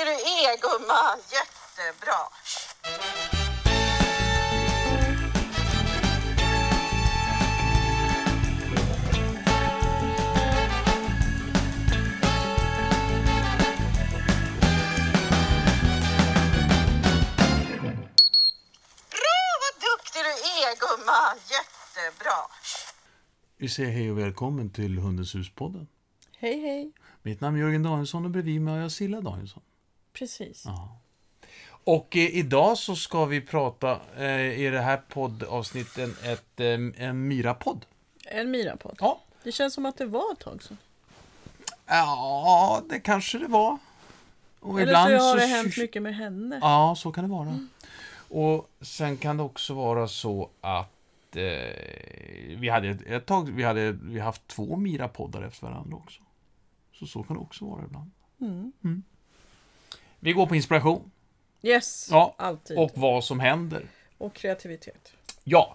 duktig du är, gumma. Jättebra. Gumma, jättebra. Vi säger hej och välkommen till Hundens hus-podden. Hej, hej. Mitt namn är Jörgen Danielsson och bredvid mig har jag Silla Danielsson. Precis. Ja. Och idag så ska vi prata i det här poddavsnitten en Mira-podd. En Mira-podd. Ja. Det känns som att det var ett tag så. Ja, det kanske det var. Och eller ibland så har det hänt mycket med henne. Ja, så kan det vara. Och sen kan det också vara så att vi hade ett tag, vi har haft 2 Mira-poddar efter varandra också. Så kan det också vara ibland. Vi går på inspiration. Yes, Ja, alltid. och vad som händer. Och kreativitet. Ja.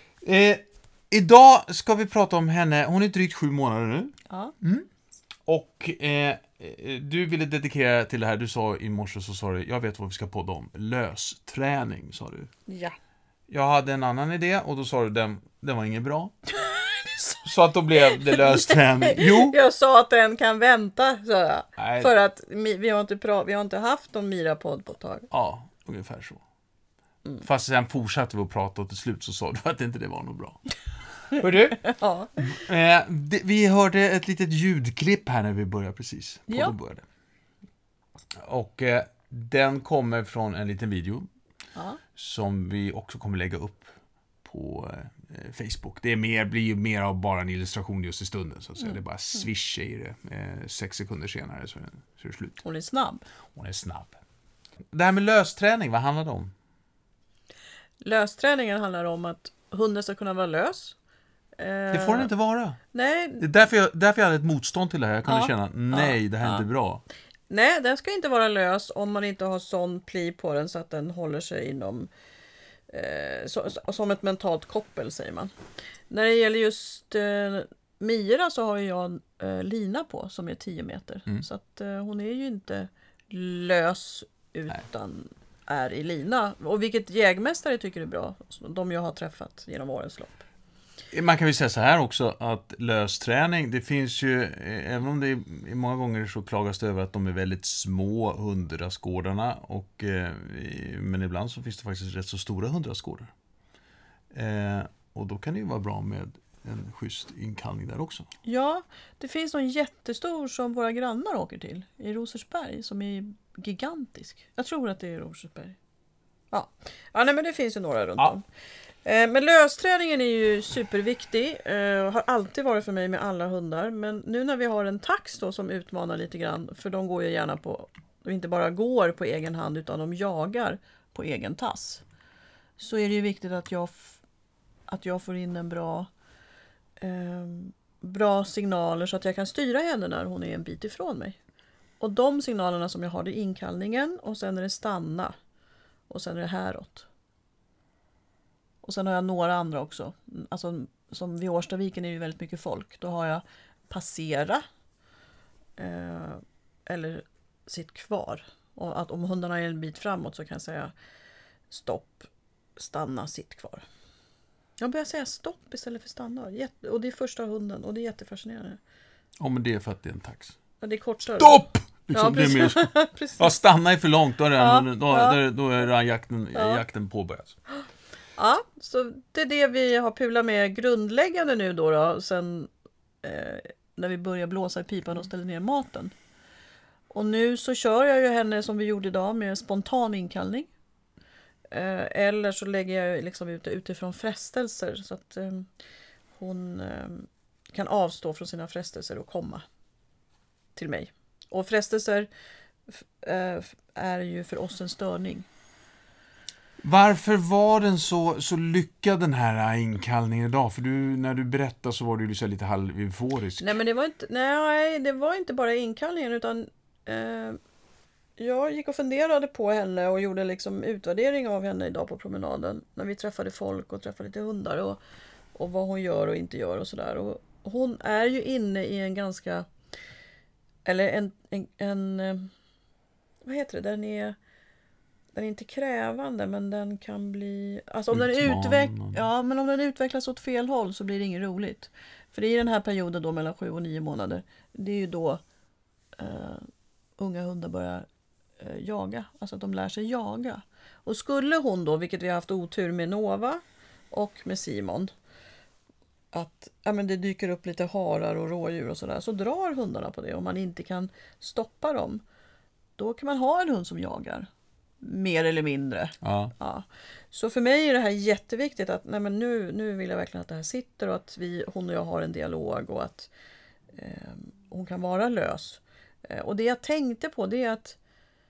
Idag ska vi prata om henne. Hon är drygt 7 månader nu. Ja. Och du ville dedikera till det här. Du sa i morse, så sa du, jag vet vad vi ska podda om. Lösträning, sa du. Ja. Jag hade en annan idé och då sa du, den var inget bra. Så att då blev det lösträning. Jo. Jag sa att den kan vänta, sa jag. Nej. För att vi har inte haft någon Mira-podd på ett tag. Ja, ungefär så. Fast sen fortsatte vi att prata och till slut så sa du att inte det var något bra. Hör du? Ja. Vi hörde ett litet ljudklipp här när vi började precis. Ja. Började. Och den kommer från en liten video. Ja. Som vi också kommer lägga upp på Facebook. Det blir ju mer av bara en illustration just i stunden. Så att säga. Det är bara swish i det. 6 sekunder senare så är det slut. Hon är snabb. Hon är snabb. Det här med lösträning, vad handlar det om? Lösträningen handlar om att hunden ska kunna vara lös. Det får den inte vara. Nej. Det är därför jag hade ett motstånd till det här. Jag kunde känna, nej, det här är inte bra. Nej, den ska inte vara lös om man inte har sån pli på den så att den håller sig inom som ett mentalt koppel, säger man. När det gäller just Mira så har jag lina på som är 10 meter. Så att hon är ju inte lös utan är i lina. Och vilket jägmästare tycker är bra, de jag har träffat genom årens lopp. Man kan väl säga så här också att lösträning, det finns ju, även om det är många gånger så klagas det över att de är väldigt små hundrastgårdarna men ibland så finns det faktiskt rätt så stora hundrastgårdar. Och då kan det ju vara bra med en schysst inkallning där också. Ja, det finns någon jättestor som våra grannar åker till i Rosersberg som är gigantisk. Jag tror att det är Rosersberg. Ja, nej, men det finns ju några runt om. Men lösträningen är ju superviktig. Har alltid varit för mig med alla hundar. Men nu när vi har en tax då som utmanar lite grann. För de går ju gärna på, de inte bara går på egen hand utan de jagar på egen tass. Så är det ju viktigt att jag får in en bra signaler så att jag kan styra henne när hon är en bit ifrån mig. Och de signalerna som jag har, det är inkallningen och sen är det stanna. Och sen är det häråt. Och sen har jag några andra också. Alltså, som vid Årstaviken är det ju väldigt mycket folk. Då har jag passera. Eller sitt kvar. Och att om hundarna är en bit framåt så kan jag säga stopp, stanna, sitt kvar. Jag börjar säga stopp istället för stanna. Och det är första hunden. Och det är jättefascinerande. Ja, men det är för att det är en tax. Ja, det är kortare. Stopp! Liksom, ja, precis. Ja, stanna är för långt. Då är jakten påbörjat. Ja, så det är det vi har pulat med grundläggande nu då sen när vi börjar blåsa i pipan och ställer ner maten. Och nu så kör jag ju henne som vi gjorde idag med spontan inkallning. Eller så lägger jag liksom utifrån frestelser så att hon kan avstå från sina frestelser och komma till mig. Och frestelser är ju för oss en störning. Varför var den så lyckad den här inkallningen idag? För när du berättade så var du lite halv-euforisk. Nej, men det var inte bara inkallningen utan jag gick och funderade på henne och gjorde liksom utvärdering av henne idag på promenaden. När vi träffade folk och träffade lite hundar och vad hon gör och inte gör och sådär. Och hon är ju inne i en ganska, eller en vad heter det, den är inte krävande, men den kan bli, alltså om men om den utvecklas åt fel håll så blir det inget roligt. För det är den här perioden då mellan 7 och 9 månader. Det är ju då unga hundar börjar jaga, alltså att de lär sig jaga. Och skulle hon då, vilket vi har haft otur med Nova och med Simon, att det dyker upp lite harar och rådjur och sådär, så drar hundarna på det. Om man inte kan stoppa dem, då kan man ha en hund som jagar. Mer eller mindre. Ja. Så för mig är det här jätteviktigt att nu vill jag verkligen att det här sitter och att hon och jag har en dialog och att hon kan vara lös. Och det jag tänkte på, det är att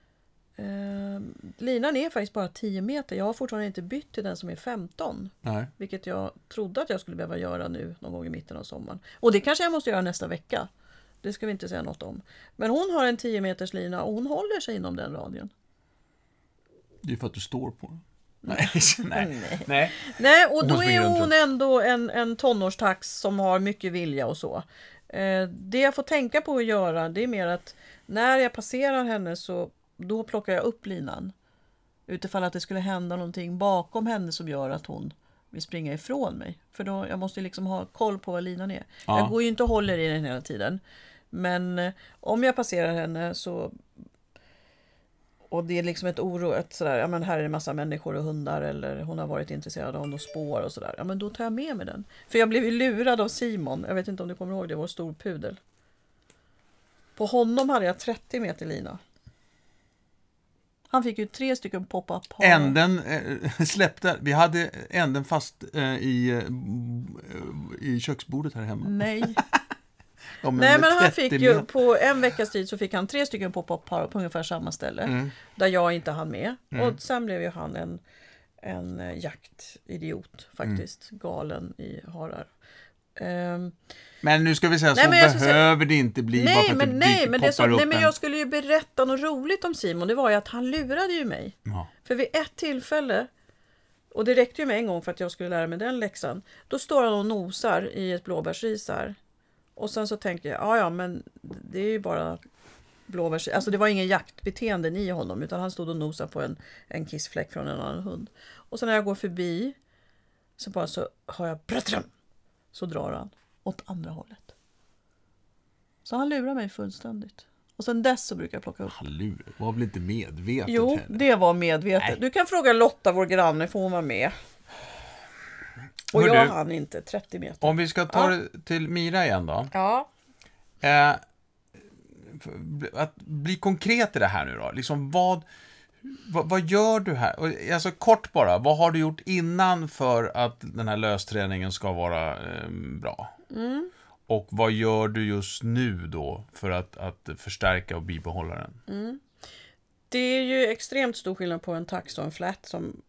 linan är faktiskt bara 10 meter. Jag har fortfarande inte bytt till den som är 15. Nej. Vilket jag trodde att jag skulle behöva göra nu någon gång i mitten av sommaren. Och det kanske jag måste göra nästa vecka. Det ska vi inte säga något om. Men hon har en 10 meters lina och hon håller sig inom den radien. Det är för att du står på den. Nej, och då är hon ändå en tonårstax som har mycket vilja och så. Det jag får tänka på att göra, det är mer att när jag passerar henne så då plockar jag upp linan. Utifall att det skulle hända någonting bakom henne som gör att hon vill springa ifrån mig. För då jag måste liksom ha koll på vad linan är. Ja. Jag går ju inte och håller i den hela tiden. Men om jag passerar henne så, och det är liksom ett oro, ett sådär, här är det massa människor och hundar, eller hon har varit intresserad av något spår och sådär. Men då tar jag med mig den. För jag blev ju lurad av Simon. Jag vet inte om du kommer ihåg det, vår stor pudel. På honom hade jag 30 meter lina. Han fick ju 3 stycken pop-up. Änden släppte. Vi hade änden fast i köksbordet här hemma. Nej. Nej, men han fick ju på en veckas tid så fick han 3 stycken pop-up par på ungefär samma ställe. Där jag inte hann med. Och sen blev ju han en jaktidiot faktiskt. Galen i harar. Men nu ska vi säga så behöver det inte bli bara för att men jag skulle ju berätta något roligt om Simon. Det var ju att han lurade ju mig. Ja. För vid ett tillfälle, och det räckte ju med en gång för att jag skulle lära mig den läxan, då står han och nosar i ett blåbärsris här. Och sen så tänker jag, men det är ju bara blåbärsris. Alltså det var ingen jaktbeteenden i honom, utan han stod och nosade på en kissfläck från en annan hund. Och sen när jag går förbi så har jag prattram. Så drar han åt andra hållet. Så han lurar mig fullständigt. Och sen dess så brukar jag plocka upp. Han lurar, var väl inte medvetet? Jo, heller. Det var medvetet. Nej. Du kan fråga Lotta, vår granne, får hon vara med. Och jag hann inte 30 meter. Om vi ska ta det till Mira igen då. Ja. Att bli konkret i det här nu då. Liksom vad gör du här? Alltså kort bara, vad har du gjort innan för att den här lösträningen ska vara bra? Och vad gör du just nu då för att förstärka och bibehålla den? Det är ju extremt stor skillnad på en tax och en flat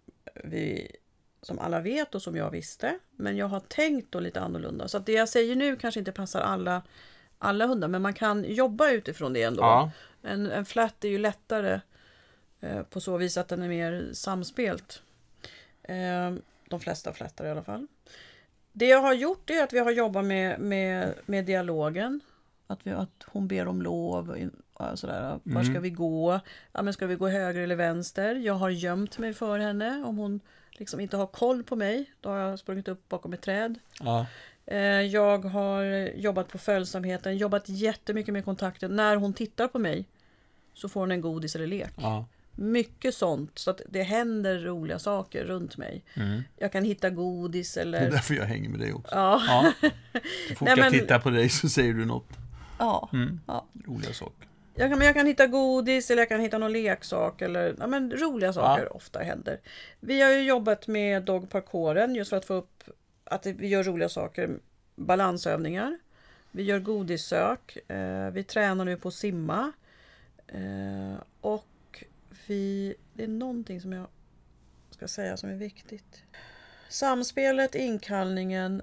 som alla vet och som jag visste. Men jag har tänkt då lite annorlunda. Så att det jag säger nu kanske inte passar alla hundar, men man kan jobba utifrån det ändå. Ja. En flat är ju lättare på så vis att den är mer samspelt. De flesta flättar i alla fall. Det jag har gjort är att vi har jobbat med dialogen. Att hon ber om lov. Sådär. Var ska vi gå? Men ska vi gå höger eller vänster? Jag har gömt mig för henne. Om hon liksom inte har koll på mig, då har jag sprungit upp bakom ett träd. Ja. Jag har jobbat på följsamheten. Jobbat jättemycket med kontakten. När hon tittar på mig så får hon en godis eller lek. Ja. Mycket sånt, så att det händer roliga saker runt mig. Jag kan hitta godis eller... Det är därför jag hänger med dig också. Ja. Så fort jag tittar på dig så säger du något. Ja. Roliga saker. Jag kan hitta godis eller jag kan hitta någon leksak eller roliga saker ofta händer. Vi har ju jobbat med dogparkouren just för att få upp att vi gör roliga saker, balansövningar. Vi gör godissök. Vi tränar nu på att simma. Och det är någonting som jag ska säga som är viktigt. Samspelet, inkallningen.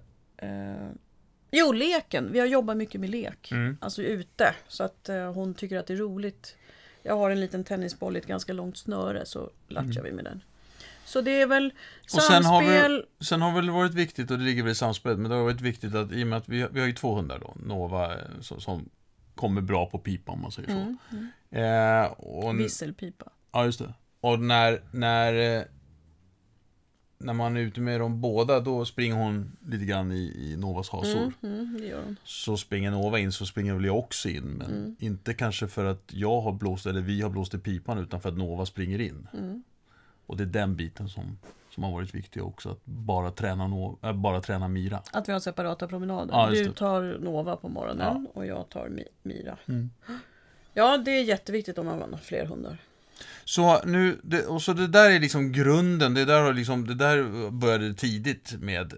Leken. Vi har jobbat mycket med lek. Alltså ute. Så att hon tycker att det är roligt. Jag har en liten tennisboll i ett ganska långt snöre, så latchar vi med den. Så det är väl samspel. Och sen har väl varit viktigt, och det ligger väl i samspelet, men det har varit viktigt att i och med att vi har ju 2 hundar då. Nova som kommer bra på pipa om man säger så. Och, Visselpipa. ja, just det. Och när man är ute med dem båda, då springer hon lite grann i Novas hasor. Det gör hon. Så springer Nova in, så springer väl jag också in. Men inte kanske för att jag har blåst, eller vi har blåst i pipan, utan för att Nova springer in. Och det är den biten som har varit viktig också. Att bara träna Mira. Att vi har separata promenader. Ja, just du det. tar Nova på morgonen och jag tar Mira. Ja, det är jätteviktigt om man har fler hundar. Så nu, så det där är liksom grunden. Det där började tidigt med.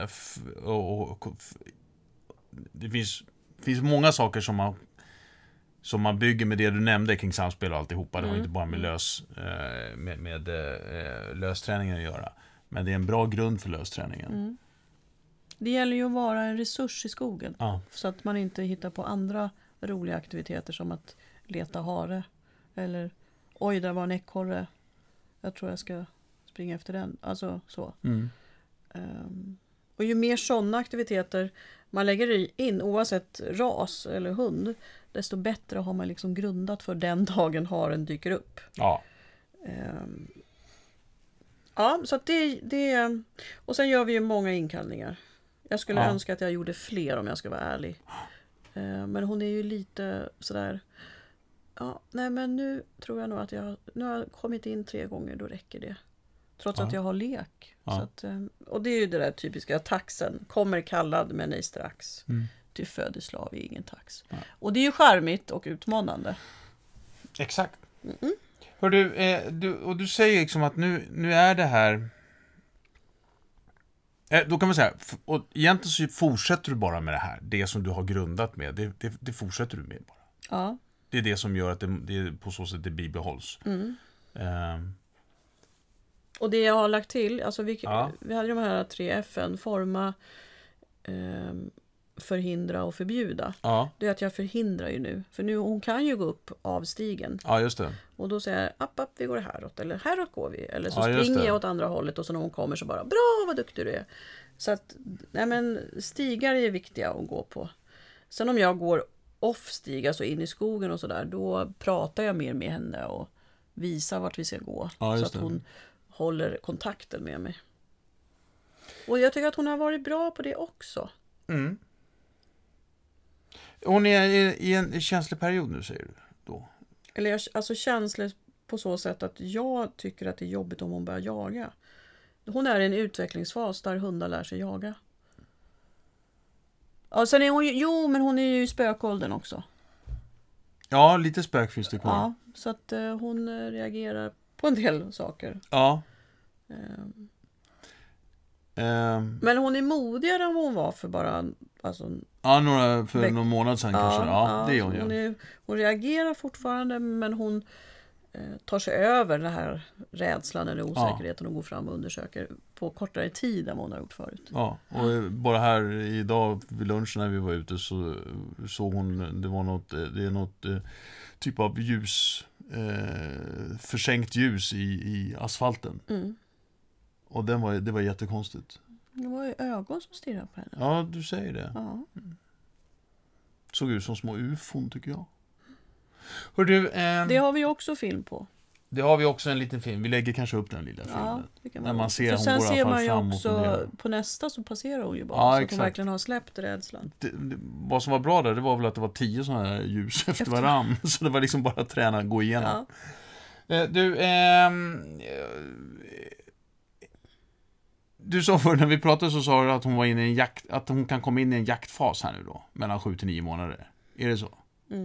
Det finns många saker som man bygger med det du nämnde kring samspel och alltihopa. Det har inte bara med lösträningen att göra. Men det är en bra grund för lösträningen. Det gäller ju att vara en resurs i skogen. Ja. Så att man inte hittar på andra roliga aktiviteter som att leta hare. Eller, oj, där var en ekorre. Jag tror jag ska springa efter den. Alltså så. Och ju mer sådana aktiviteter man lägger in, oavsett ras eller hund, desto bättre har man liksom grundat för den dagen haren dyker upp. Ja. Ja, så att det. Och sen gör vi ju många inkallningar. Jag skulle önska att jag gjorde fler om jag ska vara ärlig. Men hon är ju lite sådär. Ja, nej men nu tror jag nog att nu har jag kommit in 3 gånger, då räcker det. Trots att jag har lek. Ja. Så att, och det är ju det där typiska taxen. Kommer kallad men nej strax. Till födeslav är ingen tax. Ja. Och det är ju charmigt och utmanande. Exakt. Hör du säger liksom att nu är det här. Då kan man säga, och egentligen så fortsätter du bara med det här. Det som du har grundat med, det fortsätter du med bara. Ja. Det är det som gör att det på så sätt det bibehålls. Och det jag har lagt till, alltså vi hade de här 3 F:n, forma, förhindra och förbjuda. Ja. Det är att jag förhindrar ju nu. För nu, hon kan ju gå upp av stigen. Ja, just det. Och då säger jag, app, vi går häråt. Eller häråt går vi. Eller så Ja, just springer det. jag åt andra hållet. Och så när hon kommer så bara, bra vad duktig du är. Så att, nej men stigar är viktiga att gå på. Sen om jag går off-stig, alltså in i skogen och sådär, då pratar jag mer med henne och visar vart vi ska gå. Ja, så just att det. hon håller kontakten med mig. Och jag tycker att hon har varit bra på det också. Hon är i en känslig period nu, säger du då. Eller alltså känslig på så sätt att jag tycker att det är jobbigt om hon börjar jaga. Hon är i en utvecklingsfas där hundar lär sig jaga. Ja, sen är hon ju, men hon är ju i spökåldern också. Ja, lite spök finns det kvar. Ja, så att hon reagerar på en del saker. Ja. Men hon är modigare än hon var för bara Ja, någon månad sedan kanske. Ja, det är hon ju. Hon reagerar fortfarande, men hon tar sig över den här rädslan eller osäkerheten och går fram och undersöker på kortare tid än vad hon har gjort förut. Ja, och bara här idag vid lunchen när vi var ute så såg hon, det är något typ av ljus, försänkt ljus i asfalten. Och det var jättekonstigt. Det var ju ögon som stirrade på henne. Ja, du säger det. Ja. Såg ut som små ufon, tycker jag. Hör du, Det har vi också film på. det har vi också en liten film. Vi lägger kanske upp den lilla filmen. Ja, det kan När man ser för hon sen går i ser alla fall man ju fram och också funderar. på nästa så passerar hon ju bara. Ja, så att exakt. hon verkligen har släppt rädslan. Vad som var bra där, det var väl att det var 10 sådana här ljus efter varann. Så det var liksom bara att träna, gå igenom. Ja. Du sa förr när vi pratade så sa du att hon var inne i en att hon kan komma in i en jaktfas här nu då, mellan 7 till 9 månader. Är det så?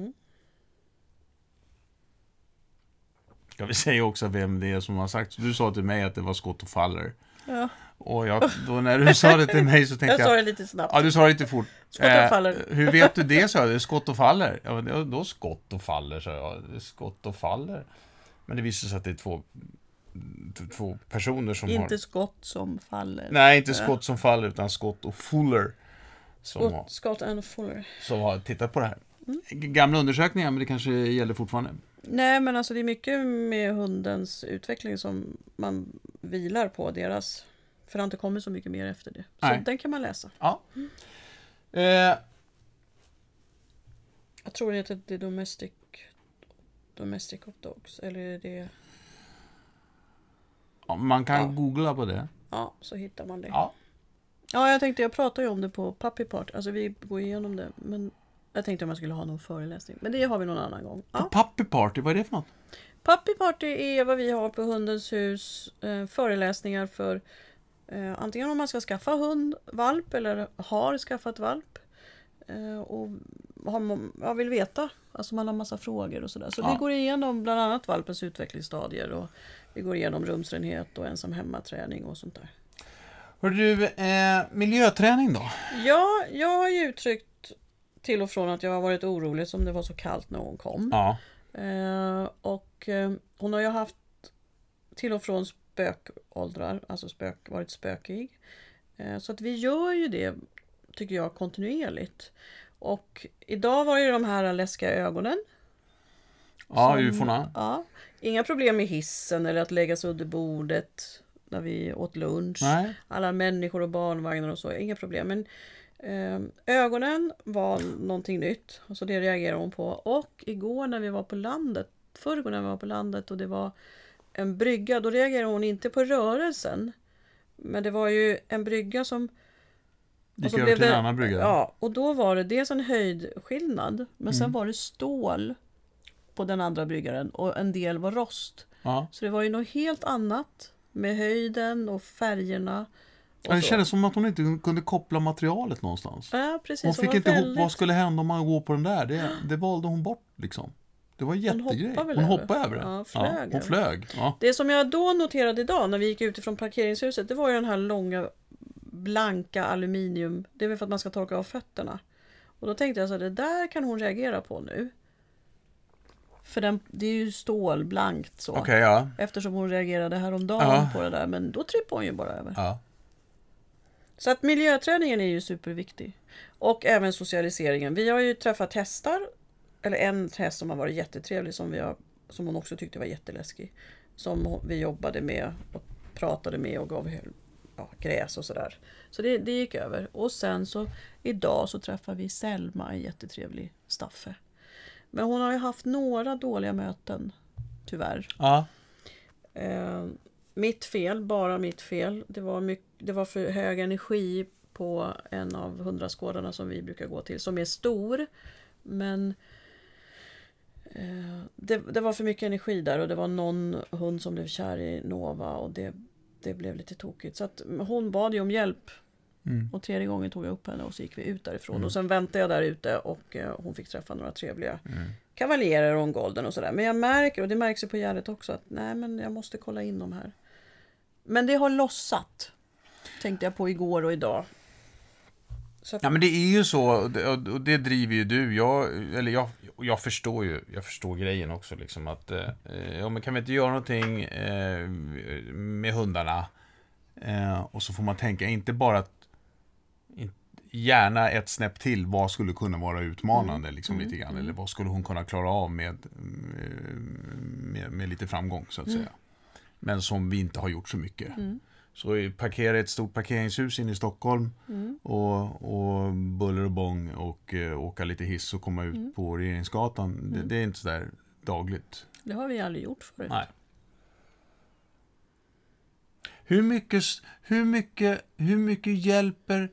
Jag vill säga också vem det är som har sagt. Du sa till mig att det var Scott och Faller. Ja. Och då när du sa det till mig så tänkte Jag sa det lite snabbt. Ja, du sa det lite fort. Scott och Faller. Hur vet du det, sa jag? Scott och Faller. Ja, då Scott och Faller, sa jag. Scott och Faller. Men det visade sig att det är två personer som Inte har... skott som faller. Nej, inte Scott som faller, utan Scott och Fuller. Scott and Fuller. Som har tittat på det här. Gamla undersökningar, men det kanske gäller fortfarande. Nej, men alltså det är mycket med hundens utveckling som man vilar på deras. För det har inte kommit så mycket mer efter det. Så Nej. den kan man läsa. Ja. Jag tror det heter The Domestic Hot Dogs. Eller är det... Ja, man kan Ja. googla på det. Ja, så hittar man det. Ja. Ja, jag pratade ju om det på Puppy Party. Alltså vi går igenom det. Men jag tänkte om jag skulle ha någon föreläsning. Men det har vi någon annan gång. Ja. Puppy Party, vad är det för något? Puppy Party är vad vi har på Hundens hus. Föreläsningar för antingen om man ska skaffa hund, valp eller har skaffat valp. Och jag vill veta. Alltså man har massa frågor och sådär. Så Ja. vi går igenom bland annat valpens utvecklingsstadier. Och vi går igenom rumsrenhet och ensam hemmaträning och sånt där. Hör du, miljöträning då? Ja, jag har ju uttryckt till och från att jag har varit orolig som det var så kallt när hon kom. Ja. Hon har ju haft till och från spökåldrar, alltså varit spökig. Så att vi gör ju det, tycker jag, kontinuerligt. Och idag var ju de här läskiga ögonen. Ja, uforna. Ja, inga problem med hissen eller att lägga sig under bordet när vi åt lunch. Nej. Alla människor och barnvagnar och så, inga problem. Men ögonen var någonting nytt. Så det reagerade hon på. Och igår när vi var på landet, förrgår när vi var på landet och det var en brygga, då reagerade hon inte på rörelsen. Men det var ju en brygga som... Gick över till en annan brygga. Ja, och då var det dels en höjdskillnad, men sen var det stål på den andra bryggaren och en del var rost. Ja. Så det var ju något helt annat med höjden och färgerna. Och Ja, det så. kändes som att hon inte kunde koppla materialet någonstans. Ja, precis. Hon fick var inte ihop väldigt- vad skulle hända om man går på den där. Det valde hon bort liksom. Det var jättegrej. hoppade väl Hon över. hoppade över det. Ja, flög hon över. flög. Ja. Det som jag då noterade idag när vi gick ut ifrån parkeringshuset, det var ju den här långa blanka aluminium. Det är väl för att man ska torka av fötterna. Och då tänkte jag så här, det där kan hon reagera på nu. För det är ju stålblankt så. Okej, ja. Eftersom hon reagerade häromdagen Ja. på det där. Men då trippade hon ju bara över. Ja. Så att miljöträningen är ju superviktig. Och även socialiseringen. Vi har ju träffat hästar. Eller en häst som har varit jättetrevlig som hon också tyckte var jätteläskig. Som vi jobbade med och pratade med och gav gräs och sådär. Så det gick över. Och sen så idag så träffar vi Selma, en jättetrevlig Staffe. Men hon har ju haft några dåliga möten, tyvärr. Ja. Mitt fel, bara mitt fel. Det var för hög energi på en av 100 skådarna som vi brukar gå till. Som är stor, men det var för mycket energi där. Och det var någon hund som blev kär i Nova och det blev lite tokigt. Så att hon bad ju om hjälp. Och 3:e gången tog jag upp henne och så gick vi ut därifrån. Och sen väntade jag där ute och hon fick träffa några trevliga kavaljerer och en golden och sådär. Men jag märker, och det märks ju på Gärdet också, att nej, men jag måste kolla in dem här. Men det har lossat, tänkte jag på igår och idag. Så att, Ja, men det är ju så, och det driver ju du. Jag förstår grejen också liksom att men kan vi inte göra någonting med hundarna, och så får man tänka inte bara att gärna ett snäpp till, vad skulle kunna vara utmanande liksom lite grann, eller vad skulle hon kunna klara av med lite framgång så att säga, men som vi inte har gjort så mycket. Så parkera ett stort parkeringshus inne i Stockholm och buller och bång och åka lite hiss och komma ut på Regeringsgatan. Det är inte så där dagligt. det har vi aldrig gjort förut. Nej. Hur mycket hjälper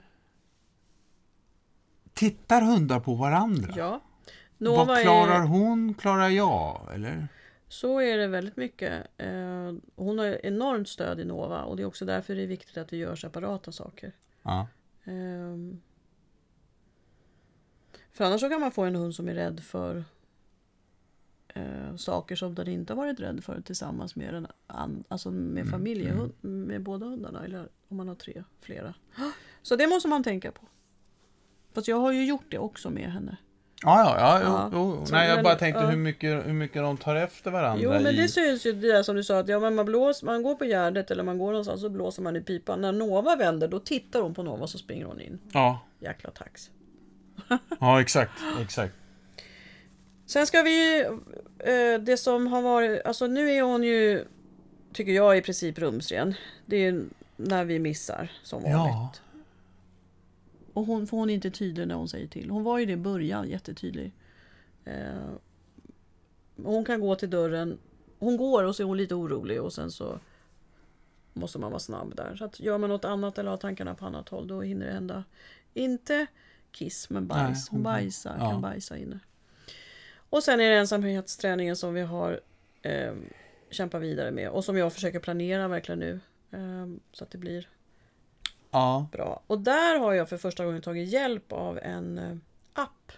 tittar hundar på varandra? Ja. Vad klarar hon? Klarar jag? Eller? Så är det väldigt mycket. Hon har enormt stöd i Nova och det är också därför det är viktigt att vi gör separata saker. Ja. För annars så kan man få en hund som är rädd för saker som den inte har varit rädd för tillsammans med med familjehund, med båda hundarna, eller om man har flera. Så det måste man tänka på. Fast jag har ju gjort det också med henne. Jo. Nej, jag bara tänkte ja. hur mycket de tar efter varandra. Jo, men det syns ju det där som du sa, att men man går på Gärdet eller man går någonstans så blåser man i pipan. När Nova vänder, då tittar hon på Nova så springer hon in. Ja. Jäkla tax. Ja, exakt. Sen ska vi det som har varit, alltså nu är hon ju, tycker jag, i princip rumsren. Det är när vi missar som vanligt. Ja. Och hon är inte tydlig när hon säger till. Hon var ju det i början, jättetydlig. Hon kan gå till dörren. Hon går och så är hon lite orolig och sen så måste man vara snabb där. Så att gör man något annat eller har tankarna på annat håll, då hinner det hända. Inte kiss, men bajs. Nej, Hon bajsar, ja. kan bajsa inne. Och sen är det ensamhetsträningen som vi har kämpat vidare med. Och som jag försöker planera verkligen nu. Så att det blir Ja. bra. Och där har jag för första gången tagit hjälp av en app.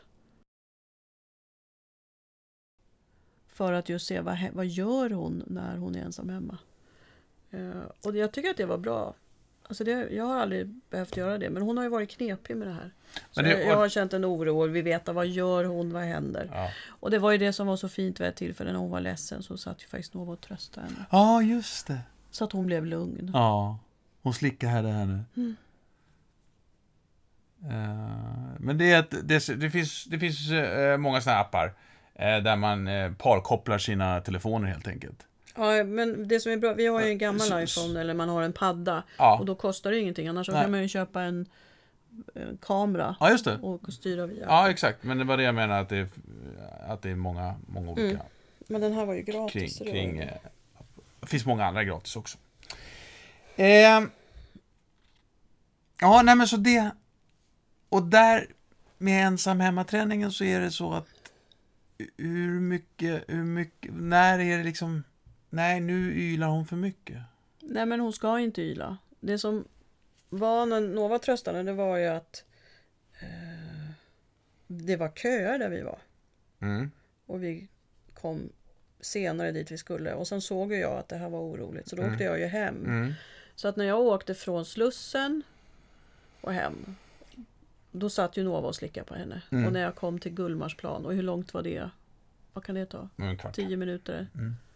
För att just se vad gör hon när hon är ensam hemma. Och jag tycker att det var bra. Alltså jag har aldrig behövt göra det. Men hon har ju varit knepig med det här. Så jag har känt en oro och vi vet vad gör hon, vad händer. Ja. Och det var ju det som var så fint vid ett tillfälle när hon var ledsen. Så satt ju faktiskt Nova och tröstade henne. Ja, just det. Så att hon blev lugn. Ja, hon slickar här nu. Men det finns många sådana appar där man parkopplar sina telefoner helt enkelt. Ja, men det som är bra, vi har ju en gammal iPhone eller man har en padda. Ja. Och då kostar det ingenting. Annars så Nej. kan man ju köpa en kamera Ja, just det. och styra via. Ja, exakt. Men det var det jag menar, att det är många olika Men den här var ju gratis. kring det finns många andra gratis också. Ja, nej men så det. Och där med ensam hemmaträningen så är det så att hur mycket, när är det liksom, nej nu ylar hon för mycket. Nej, men hon ska inte yla. Det som var när Nova tröstade, det var ju att det var köer där vi var. Mm. Och vi kom senare dit vi skulle. Och sen såg jag att det här var oroligt. Så då åkte jag ju hem. Mm. Så att när jag åkte från Slussen och hem, då satt ju Nova och slickade på henne. Och när jag kom till Gullmarsplan, och hur långt var det? Vad kan det ta? En kvart. 10 minuter?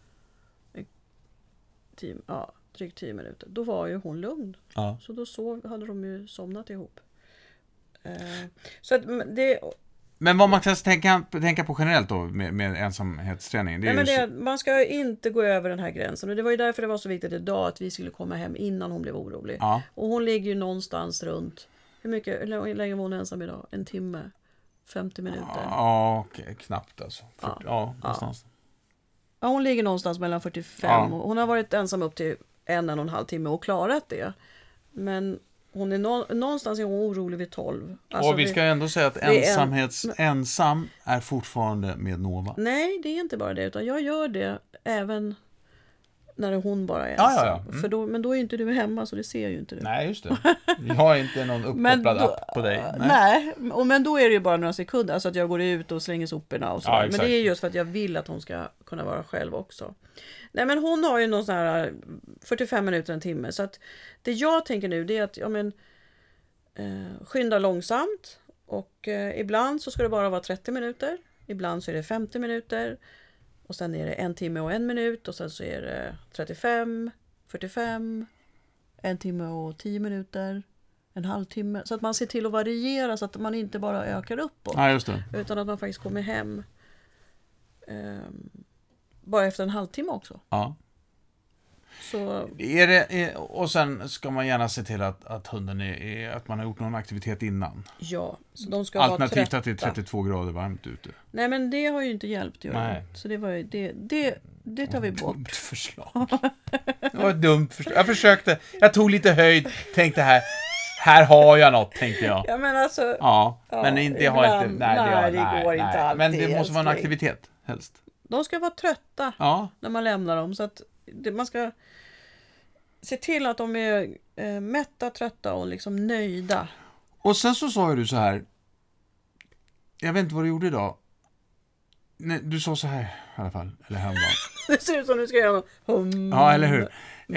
Drygt 10 minuter. Då var ju hon lugn. Ja. Så då hade de ju somnat ihop. Så att det... Men vad man ska tänka på generellt då med ensamhetsträning, det är Nej, men man ska inte gå över den här gränsen. Och det var ju därför det var så viktigt idag att vi skulle komma hem innan hon blev orolig. Ja. Och hon ligger ju någonstans runt... Hur länge var hon ensam idag? En timme? 50 minuter? Ja, okej, knappt alltså. Någonstans. Ja, hon ligger någonstans mellan 45 och hon har varit ensam upp till 1,5 timme och klarat det. Men hon är någonstans är hon orolig vid 12. Alltså och vi ska ändå säga att ensam är fortfarande med Nova. Nej, det är inte bara det, utan jag gör det även när hon bara är ensam. Ja. För men då är inte du hemma, så det ser ju inte du. Nej, just det. Jag har inte någon uppkopplad app på dig. Nej, men då är det ju bara några sekunder. Alltså att jag går ut och slänger soporna och så. Ja, men det är just för att jag vill att hon ska kunna vara själv också. Nej, men hon har ju någon sån här 45 minuter, en timme. Så att det jag tänker nu, det är att skynda långsamt. Och ibland så ska det bara vara 30 minuter. Ibland så är det 50 minuter. Och sen är det 1 timme och 1 minut. Och sen så är det 35, 45, 1 timme och 10 minuter. En halvtimme. Så att man ser till att variera så att man inte bara ökar uppåt. Ja, just det. Utan att man faktiskt kommer hem bara efter en halvtimme också. Ja. Så... Och sen ska man gärna se till att hunden att man har gjort någon aktivitet innan. Ja, så de ska Alternativt vara trötta. att det är 32 grader varmt ute. Nej, men det har ju inte hjälpt. Nej. Så det var ju det tar vi bort. Dumt förslag. Det var ett dumt förslag. Jag tog lite höjd, tänkte här har jag något, tänkte jag. Ja, men alltså... Ja, men det har ibland, inte... Nej, det går inte alltid. Men det måste vara en älskling. aktivitet, helst. De ska vara trötta Ja, när man lämnar dem. Så att man ska se till att de är mätta, trötta och liksom nöjda. och sen så sa ju du så här. Jag vet inte vad du gjorde idag. Nej, du sa så här i alla fall. Eller häromdagen. Det ser ut som du ska göra något. Ja, eller hur?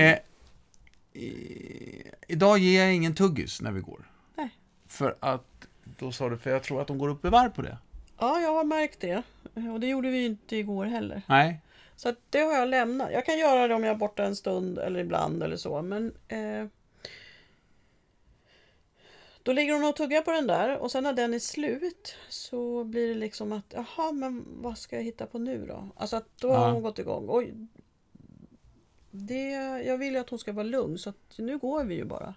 Idag ger jag ingen tuggis när vi går. Nej. För jag tror att de går upp i varv på det. Ja, jag har märkt det. Och det gjorde vi ju inte igår heller. Nej. Så att det har jag lämnat. Jag kan göra det om jag är borta en stund eller ibland eller så. Men då ligger hon och tuggar på den där. Och sen när den är slut så blir det liksom att jaha, men vad ska jag hitta på nu då? Alltså att då har hon gått igång. Oj, jag vill ju att hon ska vara lugn. Så att nu går vi ju bara.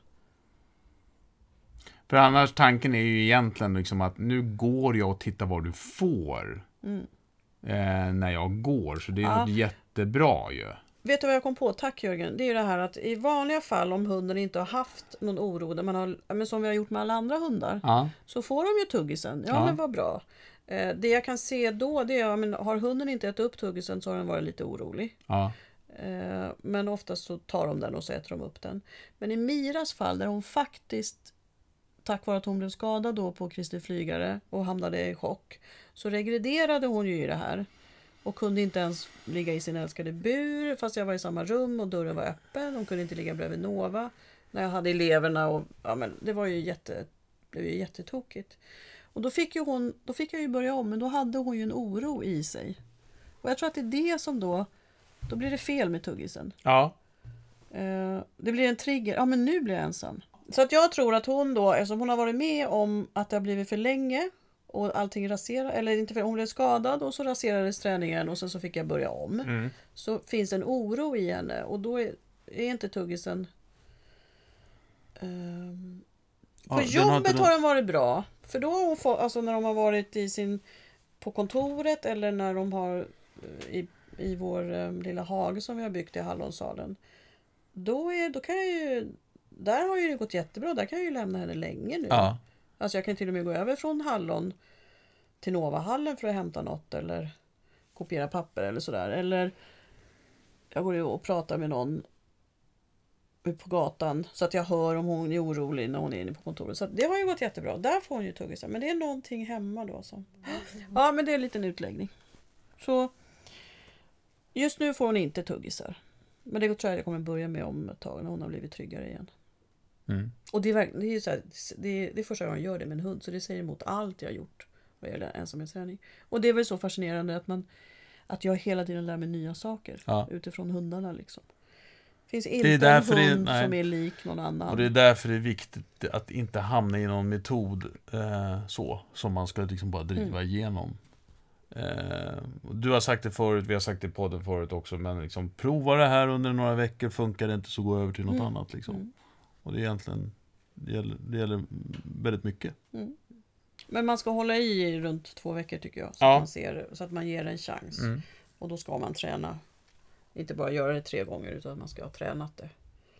För annars tanken är ju egentligen liksom att nu går jag och tittar vad du får. när jag går. Så det är något jättebra ju. Vet du vad jag kom på? Tack Jörgen. Det är ju det här att i vanliga fall om hunden inte har haft någon oro, där man har, men som vi har gjort med alla andra hundar, så får de ju tuggisen. Ja, men vad bra. Det jag kan se då, det är, men har hunden inte ätit upp tuggisen så har den varit lite orolig. Ja. Men oftast så tar de den och så äter de upp den. Men i Miras fall, där hon faktiskt, tack vare att hon blev skadad då på Kristi flygare och hamnade i chock, så regrederade hon ju i det här. Och kunde inte ens ligga i sin älskade bur fast jag var i samma rum och dörren var öppen. Hon kunde inte ligga bredvid Nova när jag hade eleverna. Och, ja, men det var ju blev ju jättetokigt. Och då fick jag ju börja om, men då hade hon ju en oro i sig. Och jag tror att det är det som då blir det fel med tuggisen. Ja. Det blir en trigger. Ja, men nu blir jag ensam. Så att jag tror att hon då, eftersom hon har varit med om att det har blivit för länge och allting raserade, eller inte för hon blev skadad och så raserades träningen och sen så fick jag börja om. Så finns en oro i henne och då är inte tuggisen på jobbet har den varit bra. För då har hon fått, alltså när de har varit på kontoret eller när de har i vår lilla hage som vi har byggt i Hallonsalen. Då kan jag ju, där har ju det gått jättebra. Där kan jag ju lämna henne länge nu. Ja. Alltså jag kan till och med gå över från Hallon till Novahallen för att hämta något eller kopiera papper eller sådär. Eller jag går ju och pratar med någon på gatan så att jag hör om hon är orolig när hon är inne på kontoret. Så det har ju gått jättebra. Där får hon ju tuggisa. Men det är någonting hemma då som... Ja, men det är en liten utläggning. Så just nu får hon inte tuggisar. Men det tror jag kommer börja med om ett tag när hon har blivit tryggare igen. Och det är ju så här, det är första gången jag gör det med en hund, så det säger emot allt jag har gjort vad gäller ensamhetsträning. Och det är väl så fascinerande att jag hela tiden lär mig nya saker utifrån hundarna liksom. Det finns inte en hund som är lik någon annan. Och det är därför det är viktigt att inte hamna i någon metod så som man ska liksom bara driva igenom. Du har sagt det förut, vi har sagt det i podden förut också, men liksom prova det här under några veckor, funkar det inte så gå över till något annat liksom. Och det är egentligen det gäller väldigt mycket. Men man ska hålla i runt 2 veckor tycker jag, så att man ser, så att man ger en chans. Och då ska man träna, inte bara göra det 3 gånger utan man ska ha tränat det.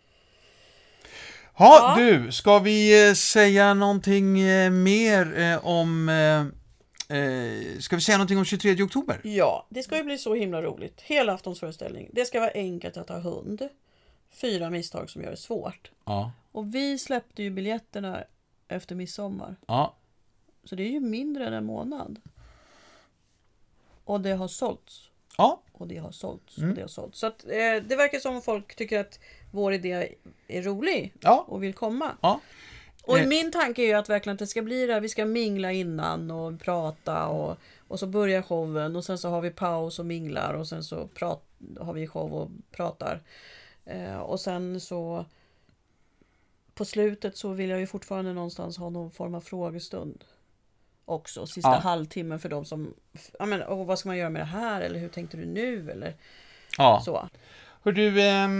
Du, ska vi säga någonting mer om ska vi säga någonting om 23 oktober? Ja, det ska ju bli så himla roligt. Hela aftonsföreställning. Det ska vara enkelt att ha hund. 4 misstag som gör det svårt. Ja. Och vi släppte ju biljetterna efter midsommar. Ja. Så det är ju mindre än en månad. Och det har sålts. Ja. Och det har sålts. Och det har sålts. Så att, det verkar som folk tycker att vår idé är rolig. Och vill komma. Ja. Och min tanke är ju att verkligen att det ska bli det. Vi ska mingla innan och prata och så börjar showen och sen så har vi paus och minglar och sen så har vi show och pratar. Och sen så på slutet så vill jag ju fortfarande någonstans ha någon form av frågestund också. Sista halvtimmen för dem som, ja men, vad ska man göra med det här? Eller hur tänkte du nu? Eller så. Hör du,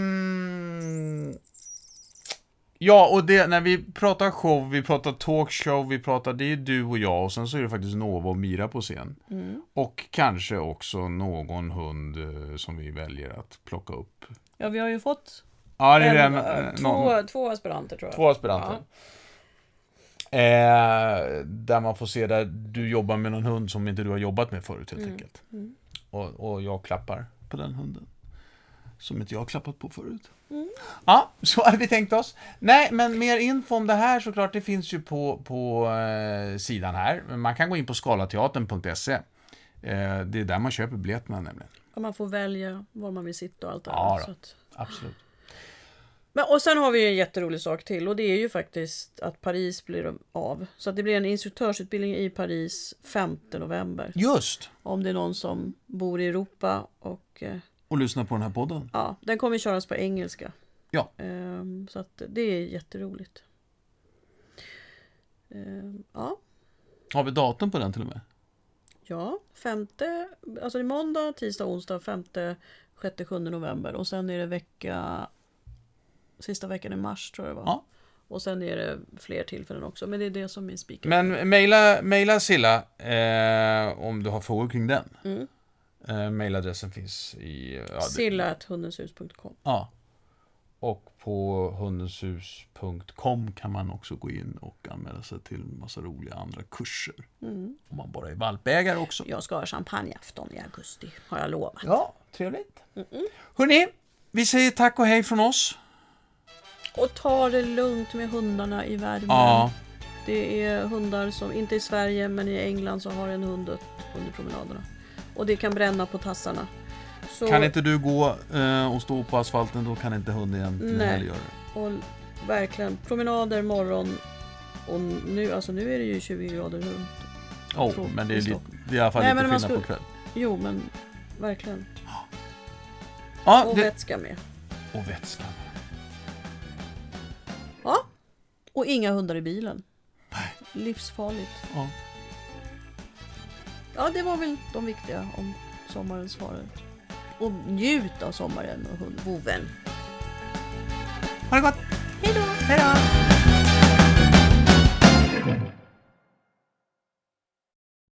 ja, och det, när vi pratar show, vi pratar talkshow, det är du och jag och sen så är det faktiskt Nova och Mira på scen. Och kanske också någon hund som vi väljer att plocka upp. Ja, vi har ju fått två aspiranter tror jag. 2 aspiranter. Där man får se där du jobbar med någon hund som inte du har jobbat med förut helt enkelt. Och jag klappar på den hunden som inte jag har klappat på förut. Ja, så hade vi tänkt oss. Nej, men mer info om det här såklart, det finns ju på sidan här. Man kan gå in på skalateatern.se. Det är där man köper biljetterna nämligen. Och man får välja var man vill sitta och allt det här. Ja, så att... absolut. Men, och sen har vi en jätterolig sak till och det är ju faktiskt att Paris blir av. Så att det blir en instruktörsutbildning i Paris 5 november. Just! Om det är någon som bor i Europa och lyssnar på den här podden. Ja, den kommer köras på engelska. Ja. Så att det är jätteroligt. Ja. Har vi datum på den till och med? Ja, alltså det är måndag, tisdag, onsdag, 5, 6, 7 november. Och sen är det sista veckan i mars tror jag det var. Ja. Och sen är det fler tillfällen också. Men det är det som är spiken. Men mejla Silla om du har frågor kring den. Mejladressen finns i... Silla@hundenshus.com. Ja. Och på hundenshus.com kan man också gå in och anmäla sig till en massa roliga andra kurser. Om man bara är valpägare också. Jag ska ha champagneafton i augusti, har jag lovat. Ja, trevligt. Hörrni, vi säger tack och hej från oss. Och ta det lugnt med hundarna i värmen. Ja. Det är hundar som, inte i Sverige men i England så har en hund dött under promenaderna. Och det kan bränna på tassarna. Så, Kan inte du gå och stå på asfalten, då kan inte hunden egentligen heller göra det. och verkligen promenader morgon och nu är det ju 20 grader runt. Men det är, i det Stockholm. är i alla fall Nej, lite men man skillnad på kväll. Jo, men verkligen. Ja, Och vätska med. Och vätska. Ja. Och inga hundar i bilen. Nej. Livsfarligt. Ja. Ja, det var väl de viktiga om sommarens faror. Och njut av sommaren och hundvoven. Ha det gott! Hej då! Hej då!